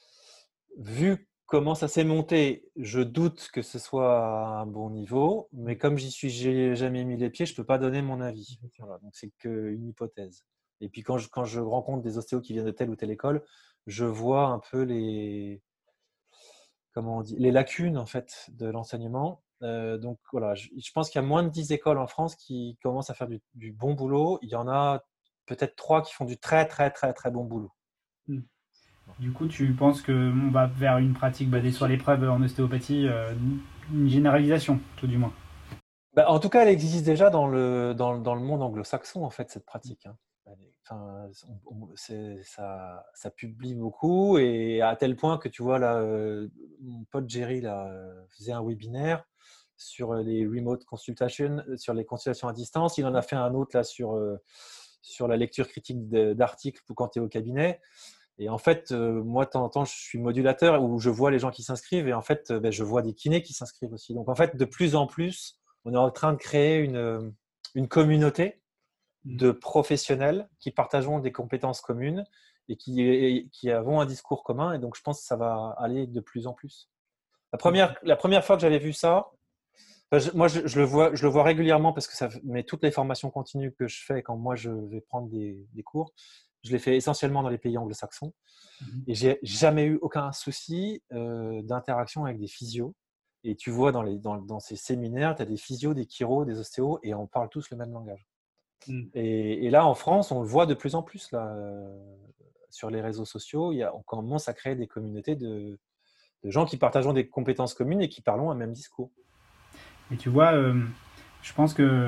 vu comment ça s'est monté, je doute que ce soit à un bon niveau. Mais comme j'y suis, j'ai jamais mis les pieds, je peux pas donner mon avis. Voilà, donc c'est qu'une hypothèse. Et puis quand je, quand je rencontre des ostéos qui viennent de telle ou telle école, je vois un peu les, comment on dit, les lacunes en fait de l'enseignement. Euh, donc voilà, je, je pense qu'il y a moins de dix écoles en France qui commencent à faire du, du bon boulot. Il y en a peut-être trois qui font du très très très très bon boulot. Hmm. Du coup, tu penses qu'on va vers une pratique basée sur l'épreuve en ostéopathie, euh, une généralisation, tout du moins. Bah, en tout cas, elle existe déjà dans le, dans, dans le monde anglo-saxon, en fait, cette pratique. Hein. Enfin, on, on, c'est, ça, ça publie beaucoup et à tel point que tu vois, là, euh, mon pote Jerry là, faisait un webinaire sur les remote consultations, sur les consultations à distance. Il en a fait un autre là sur, euh, sur la lecture critique de, d'articles pour quand tu es au cabinet. Et en fait, euh, moi, de temps en temps, je suis modulateur où je vois les gens qui s'inscrivent et en fait, ben, je vois des kinés qui s'inscrivent aussi. Donc, en fait, de plus en plus, on est en train de créer une, une communauté de professionnels qui partageront des compétences communes et qui, et, qui avons un discours commun. Et donc, je pense que ça va aller de plus en plus. La première, la première fois que j'avais vu ça, enfin, je, moi, je, je, le vois, je le vois régulièrement parce que ça met toutes les formations continues que je fais quand moi, je vais prendre des, des cours. Je les fais essentiellement dans les pays anglo-saxons. Mhm. Et j'ai jamais eu aucun souci euh, d'interaction avec des physios. Et tu vois, dans, les, dans, dans ces séminaires, tu as des physios, des chiros, des ostéos, et on parle tous le même langage. Mhm. Et, et là, en France, on le voit de plus en plus. Là, euh, sur les réseaux sociaux, il y a, on commence à créer des communautés de, de gens qui partageons des compétences communes et qui parlons un même discours. Et tu vois, euh, je pense que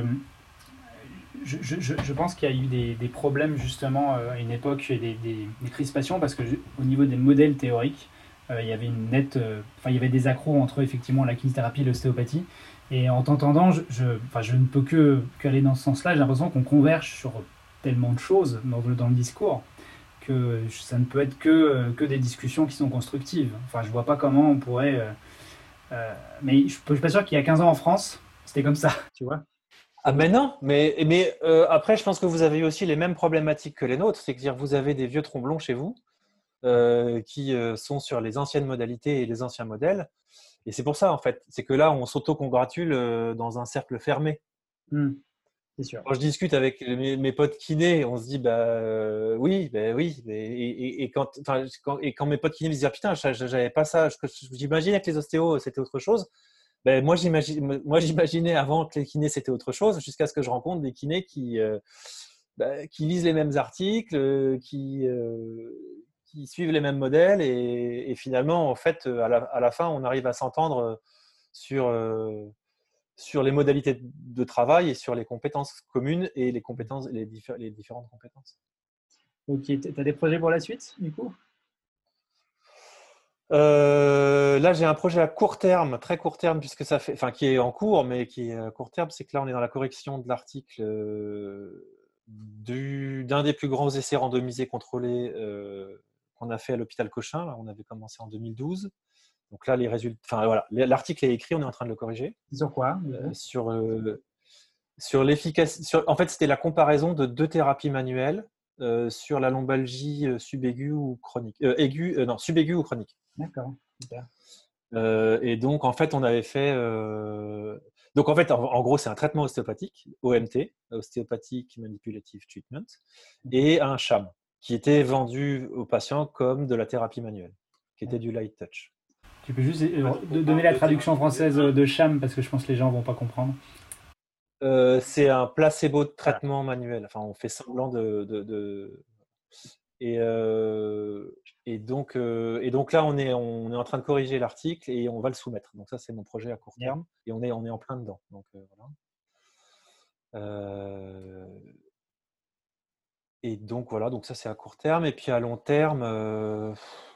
je, je, je pense qu'il y a eu des, des problèmes justement euh, à une époque et des, des, des crispations parce que je, au niveau des modèles théoriques, euh, il y avait une nette, euh, enfin il y avait des accros entre effectivement la kinésithérapie et l'ostéopathie. Et en t'entendant, je, je, enfin, je ne peux que qu'aller dans ce sens-là. J'ai l'impression qu'on converge sur tellement de choses dans le, dans le discours que ça ne peut être que, que des discussions qui sont constructives. Enfin, je vois pas comment on pourrait. Euh, euh, mais je ne suis pas sûr qu'il y a quinze ans en France, c'était comme ça, tu vois. Ah mais non, mais, mais euh, après, je pense que vous avez aussi les mêmes problématiques que les nôtres, c'est-à-dire que vous avez des vieux tromblons chez vous euh, qui euh, sont sur les anciennes modalités et les anciens modèles. Et c'est pour ça, en fait, c'est que là, on s'auto-congratule euh, dans un cercle fermé. Mmh, c'est sûr. Quand je discute avec mes, mes potes kinés, on se dit, bah euh, oui, bah oui. Et, et, et, quand, quand, et quand mes potes kinés me disent, ah, putain, j'avais pas ça, j'imaginais que les ostéos, c'était autre chose. Ben, moi, j'imagine, moi, j'imaginais avant que les kinés, c'était autre chose, jusqu'à ce que je rencontre des kinés qui, euh, bah, qui lisent les mêmes articles, euh, qui, euh, qui suivent les mêmes modèles. Et, et finalement, en fait, à la, à la fin, on arrive à s'entendre sur, euh, sur les modalités de travail et sur les compétences communes et les, compétences, les, diffé- les différentes compétences. Ok, tu as des projets pour la suite, du coup? Euh, là, j'ai un projet à court terme, très court terme, puisque ça fait, enfin, qui est en cours, mais qui est à court terme. C'est que là, on est dans la correction de l'article euh, du, d'un des plus grands essais randomisés contrôlés euh, qu'on a fait à l'hôpital Cochin. Là, on avait commencé en deux mille douze. Donc là, les résultats, enfin voilà, l'article est écrit, on est en train de le corriger. Sur quoi? Euh, sur euh, sur l'efficacité. En fait, c'était la comparaison de deux thérapies manuelles euh, sur la lombalgie subaiguë ou chronique, euh, aiguë, euh, non, subaiguë ou chronique. D'accord, super. Euh, et donc, en fait, on avait fait. Euh... Donc, en fait, en, en gros, c'est un traitement ostéopathique, O M T, Osteopathic Manipulative Treatment, et un S H A M, qui était vendu aux patients comme de la thérapie manuelle, qui était du light touch. Tu peux juste euh, donner la traduction française de S H A M parce que je pense que les gens ne vont pas comprendre. Euh, c'est un placebo de traitement manuel. Enfin, on fait semblant de, de, de, Et, euh, et, donc, euh, et donc là, on est, on est en train de corriger l'article et on va le soumettre. Donc ça, c'est mon projet à court terme. Et on est, on est en plein dedans. Donc, euh, voilà. Euh, et donc, voilà. Donc ça, c'est à court terme. Et puis à long terme... Euh,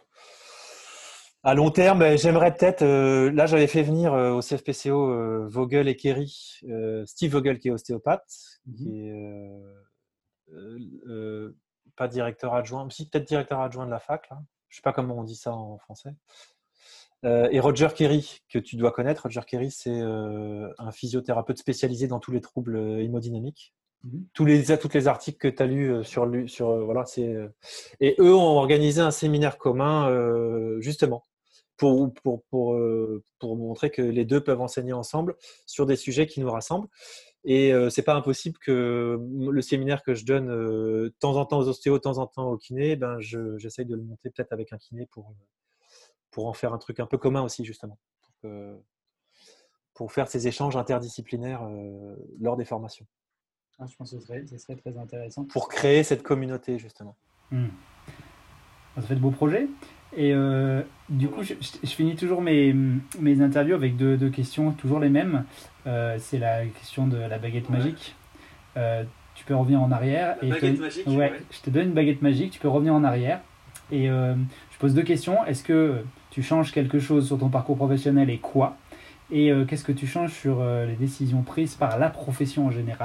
À long terme, ben, j'aimerais peut-être. Euh, là, j'avais fait venir euh, au C F P C O euh, Vogel et Kerry, euh, Steve Vogel qui est ostéopathe, mm-hmm. qui est euh, euh, euh, pas directeur adjoint, mais si peut-être directeur adjoint de la fac. Là. Je sais pas comment on dit ça en français. Euh, et Roger Kerry, que tu dois connaître. Roger Kerry, c'est euh, un physiothérapeute spécialisé dans tous les troubles hémodynamiques. Mm-hmm. Tous les tous les articles que tu as lus sur lui, sur euh, voilà, c'est euh, et eux ont organisé un séminaire commun euh, justement. Pour, pour, pour, euh, pour montrer que les deux peuvent enseigner ensemble sur des sujets qui nous rassemblent. Et euh, c'est pas impossible que le séminaire que je donne euh, de temps en temps aux ostéos, de temps en temps aux kinés, ben je, j'essaye de le monter peut-être avec un kiné pour, pour en faire un truc un peu commun aussi, justement. Pour, que, pour faire ces échanges interdisciplinaires euh, lors des formations. Ah, je pense que ce serait, ce serait très intéressant. Pour créer cette communauté, justement. Mmh. Ça fait de beaux projets. Et euh, du coup, je, je finis toujours mes, mes interviews avec deux, deux questions, toujours les mêmes. Euh, c'est la question de la baguette ouais. magique. Euh, tu peux revenir en arrière. La et baguette te, magique ouais, ouais. Je te donne une baguette magique, tu peux revenir en arrière. Et euh, je pose deux questions. Est-ce que tu changes quelque chose sur ton parcours professionnel et quoi ? Et euh, qu'est-ce que tu changes sur euh, les décisions prises par la profession en général ?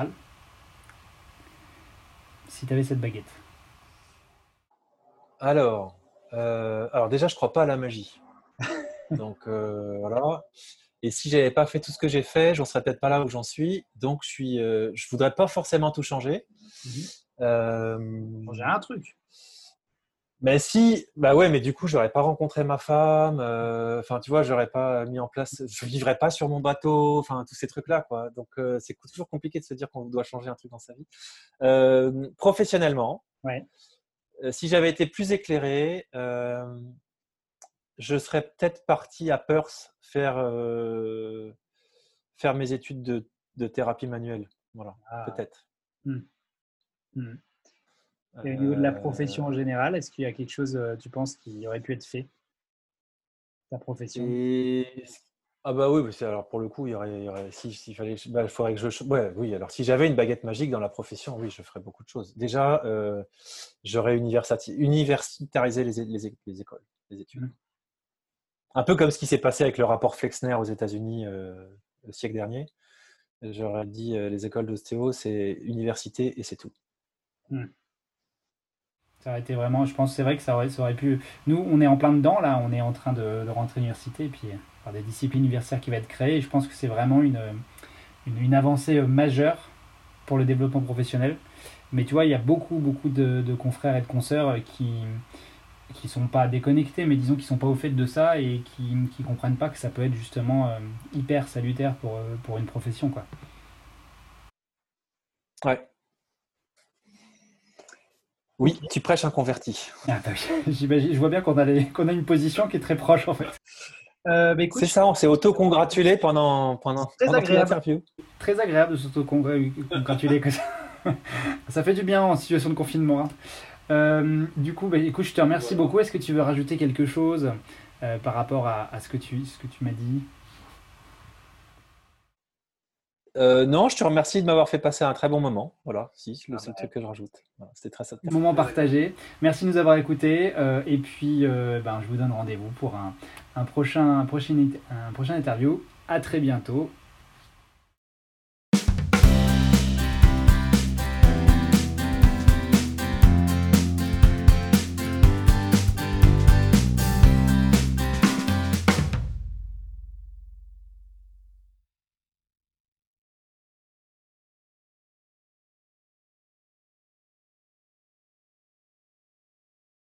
Si tu avais cette baguette. Alors... Euh, alors déjà, je crois pas à la magie. Donc euh, voilà. Et si j'avais pas fait tout ce que j'ai fait, j'en serais peut-être pas là où j'en suis. Donc je suis, euh, je voudrais pas forcément tout changer. Mm-hmm. Euh, Changer un truc. Mais si, bah ouais, mais du coup, j'aurais pas rencontré ma femme. Enfin, euh, tu vois, j'aurais pas mis en place, je vivrais pas sur mon bateau. Enfin, tous ces trucs-là, quoi. Donc euh, c'est toujours compliqué de se dire qu'on doit changer un truc dans sa vie. Euh, professionnellement. Ouais. Si j'avais été plus éclairé, euh, je serais peut-être parti à Perth faire, euh, faire mes études de, de thérapie manuelle. Voilà, ah. peut-être. Mmh. Mmh. Et au niveau de la profession en général, est-ce qu'il y a quelque chose, tu penses, qui aurait pu être fait ? Ta profession ? Et... Ah bah oui, alors pour le coup, il y aurait, il y aurait si, s'il fallait, bah, il faudrait que je, ouais, oui. Alors si j'avais une baguette magique dans la profession, oui, je ferais beaucoup de choses. Déjà, euh, j'aurais universitarisé les, les, les écoles, les études. Mmh. Un peu comme ce qui s'est passé avec le rapport Flexner aux États-Unis euh, le siècle dernier. J'aurais dit euh, les écoles d'ostéo, c'est université et c'est tout. Mmh. Ça aurait été vraiment, je pense, c'est vrai que ça aurait, ça aurait pu. Nous, on est en plein dedans là, on est en train de, de rentrer à l'université et puis par des disciplines universitaires qui vont être créées. Et je pense que c'est vraiment une, une, une avancée majeure pour le développement professionnel. Mais tu vois, il y a beaucoup, beaucoup de, de confrères et de consoeurs qui qui sont pas déconnectés, mais disons qu'ils sont pas au fait de ça et qui qui comprennent pas que ça peut être justement euh, hyper salutaire pour pour une profession, quoi. Ouais. Oui, tu prêches un converti. Ah bah oui, j'imagine, je vois bien qu'on a, les, qu'on a une position qui est très proche en fait. Euh, bah écoute, c'est ça, on s'est auto-congratulé pendant, pendant, très pendant agréable. l'interview. Très agréable de s'auto-congratuler comme ça. Ça fait du bien en situation de confinement. Hein. Euh, du coup, bah, écoute, je te remercie voilà. beaucoup. Est-ce que tu veux rajouter quelque chose euh, par rapport à, à ce que tu, ce que tu m'as dit ? Euh, non, je te remercie de m'avoir fait passer un très bon moment. Voilà, si, le seul truc que je rajoute. Voilà, c'était très sympa. Moment partagé. Merci de nous avoir écoutés. Euh, et puis, euh, ben, je vous donne rendez-vous pour un, un, prochain, un, prochain, un prochain interview. À très bientôt